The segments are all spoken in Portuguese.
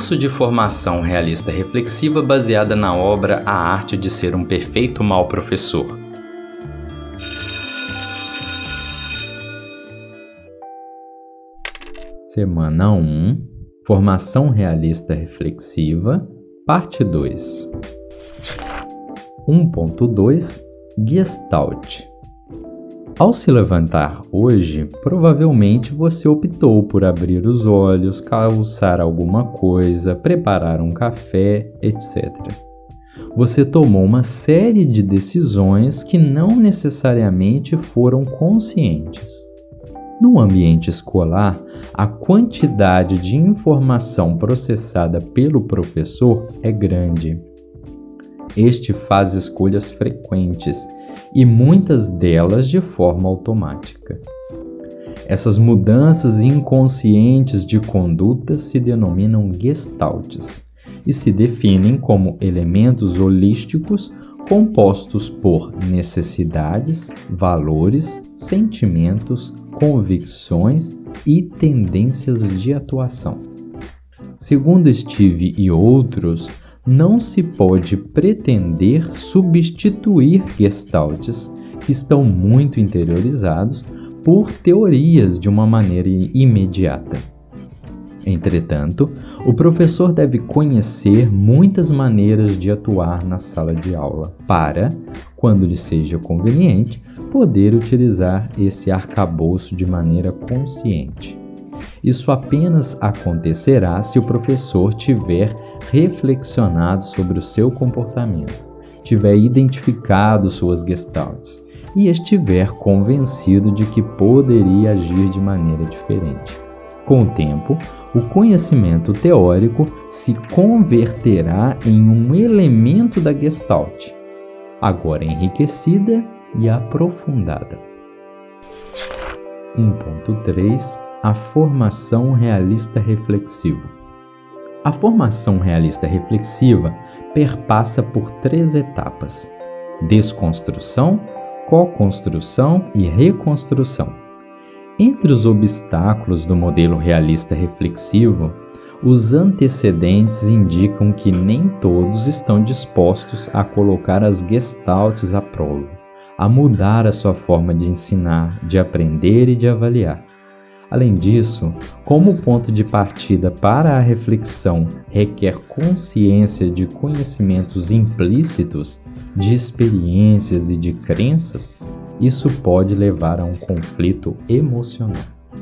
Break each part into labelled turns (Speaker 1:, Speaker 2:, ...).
Speaker 1: Curso de formação realista reflexiva baseada na obra A Arte de Ser um Perfeito Mal Professor. Semana 1, Formação Realista Reflexiva, Parte 2. 1.2 Gestalt. Ao se levantar hoje, provavelmente você optou por abrir os olhos, calçar alguma coisa, preparar um café, etc. Você tomou uma série de decisões que não necessariamente foram conscientes. No ambiente escolar, a quantidade de informação processada pelo professor é grande. Este faz escolhas frequentes e muitas delas de forma automática. Essas mudanças inconscientes de conduta se denominam gestaltes e se definem como elementos holísticos compostos por necessidades, valores, sentimentos, convicções e tendências de atuação. Segundo Steve e outros, não se pode pretender substituir gestaltes que estão muito interiorizados por teorias de uma maneira imediata. Entretanto, o professor deve conhecer muitas maneiras de atuar na sala de aula para, quando lhe seja conveniente, poder utilizar esse arcabouço de maneira consciente. Isso apenas acontecerá se o professor tiver reflexionado sobre o seu comportamento, tiver identificado suas gestaltes e estiver convencido de que poderia agir de maneira diferente. Com o tempo, o conhecimento teórico se converterá em um elemento da Gestalt, agora enriquecida e aprofundada. 1.3 A formação realista reflexiva. A formação realista reflexiva perpassa por 3 etapas: desconstrução, co-construção e reconstrução. Entre os obstáculos do modelo realista reflexivo, os antecedentes indicam que nem todos estão dispostos a colocar as gestaltes à prova, a mudar a sua forma de ensinar, de aprender e de avaliar. Além disso, como o ponto de partida para a reflexão requer consciência de conhecimentos implícitos, de experiências e de crenças, isso pode levar a um conflito emocional.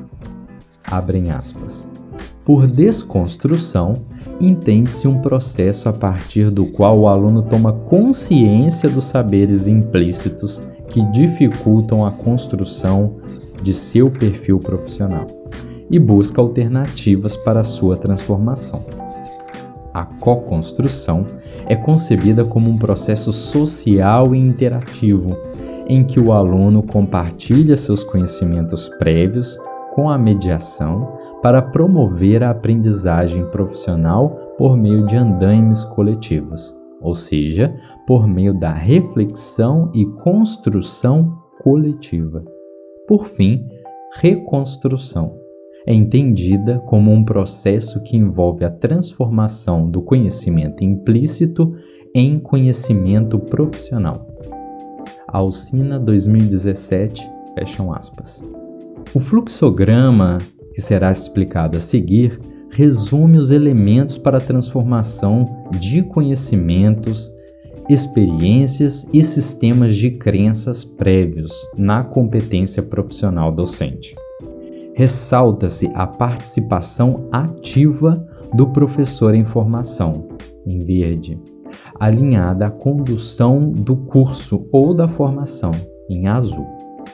Speaker 1: Abrem aspas. Por desconstrução, entende-se um processo a partir do qual o aluno toma consciência dos saberes implícitos que dificultam a construção de seu perfil profissional e busca alternativas para a sua transformação. A co-construção é concebida como um processo social e interativo, em que o aluno compartilha seus conhecimentos prévios com a mediação para promover a aprendizagem profissional por meio de andaimes coletivos, ou seja, por meio da reflexão e construção coletiva. Por fim, reconstrução é entendida como um processo que envolve a transformação do conhecimento implícito em conhecimento profissional. Alsina 2017, fecham aspas. O fluxograma, que será explicado a seguir, resume os elementos para a transformação de conhecimentos, experiências e sistemas de crenças prévios na competência profissional docente. Ressalta-se a participação ativa do professor em formação, em verde, alinhada à condução do curso ou da formação, em azul.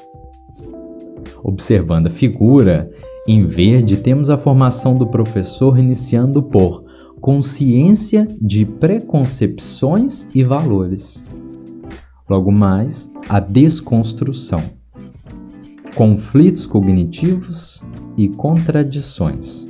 Speaker 1: Observando a figura, em verde temos a formação do professor iniciando por consciência de preconcepções e valores. Logo mais, a desconstrução, conflitos cognitivos e contradições.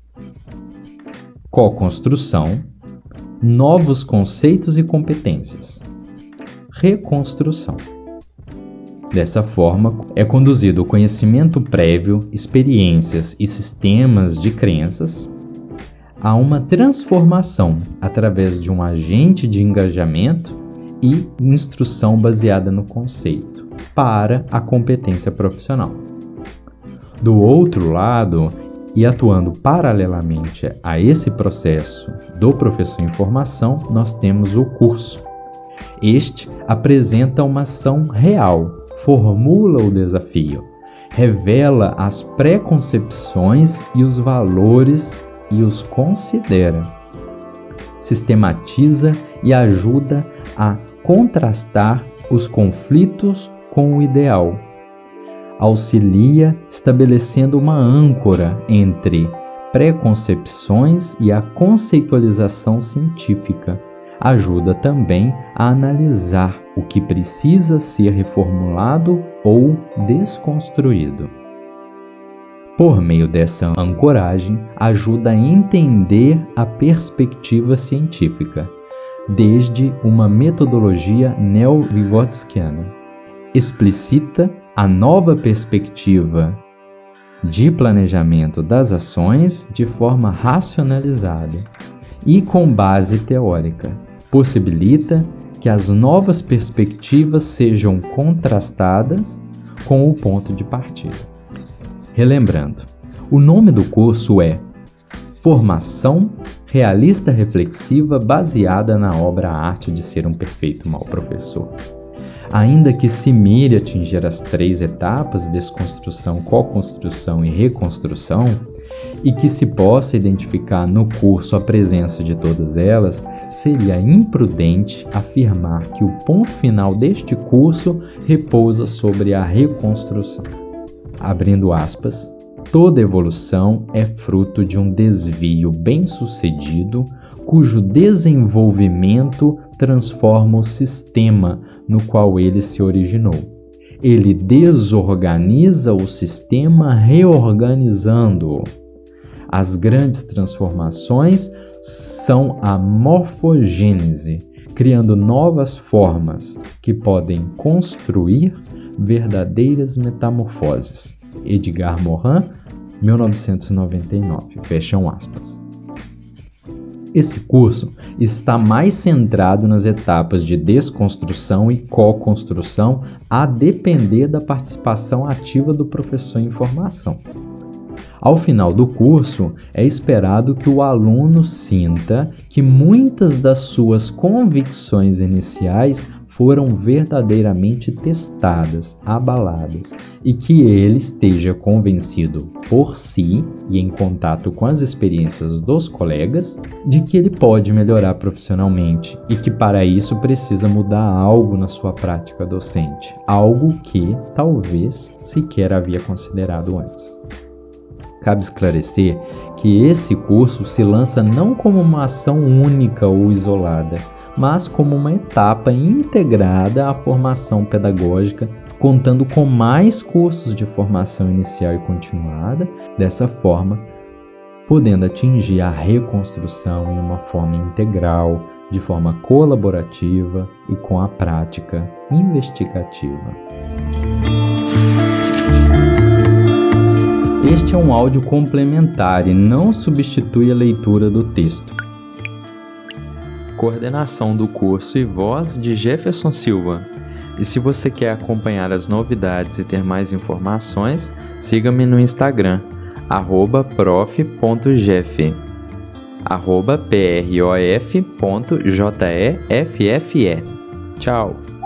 Speaker 1: Co-construção, novos conceitos e competências. Reconstrução. Dessa forma, é conduzido o conhecimento prévio, experiências e sistemas de crenças, a uma transformação através de um agente de engajamento e instrução baseada no conceito para a competência profissional. Do outro lado, e atuando paralelamente a esse processo do professor em formação, nós temos o curso. Este apresenta uma ação real, formula o desafio, revela as preconcepções e os valores e os considera, sistematiza e ajuda a contrastar os conflitos com o ideal, auxilia estabelecendo uma âncora entre preconcepções e a conceitualização científica, ajuda também a analisar o que precisa ser reformulado ou desconstruído. Por meio dessa ancoragem, ajuda a entender a perspectiva científica, desde uma metodologia neo-vygotskiana. Explicita a nova perspectiva de planejamento das ações de forma racionalizada e com base teórica. Possibilita que as novas perspectivas sejam contrastadas com o ponto de partida. Relembrando, o nome do curso é Formação Realista Reflexiva baseada na obra A Arte de Ser um Perfeito Mau Professor. Ainda que se mire atingir as 3 etapas, desconstrução, co-construção e reconstrução, e que se possa identificar no curso a presença de todas elas, seria imprudente afirmar que o ponto final deste curso repousa sobre a reconstrução. Abrindo aspas, toda evolução é fruto de um desvio bem-sucedido, cujo desenvolvimento transforma o sistema no qual ele se originou. Ele desorganiza o sistema reorganizando-o. As grandes transformações são a morfogênese, criando novas formas que podem construir verdadeiras metamorfoses. Edgar Morin, 1999, fecham aspas. Esse curso está mais centrado nas etapas de desconstrução e co-construção, a depender da participação ativa do professor em formação. Ao final do curso, é esperado que o aluno sinta que muitas das suas convicções iniciais foram verdadeiramente testadas, abaladas, e que ele esteja convencido por si e em contato com as experiências dos colegas de que ele pode melhorar profissionalmente e que para isso precisa mudar algo na sua prática docente, algo que talvez sequer havia considerado antes. Cabe esclarecer que esse curso se lança não como uma ação única ou isolada, mas como uma etapa integrada à formação pedagógica, contando com mais cursos de formação inicial e continuada, dessa forma, podendo atingir a reconstrução em uma forma integral, de forma colaborativa e com a prática investigativa. Este é um áudio complementar e não substitui a leitura do texto. Coordenação do curso e voz de Jefferson Silva. E se você quer acompanhar as novidades e ter mais informações, siga-me no Instagram, @prof.jeff, @prof.jeffe. Tchau!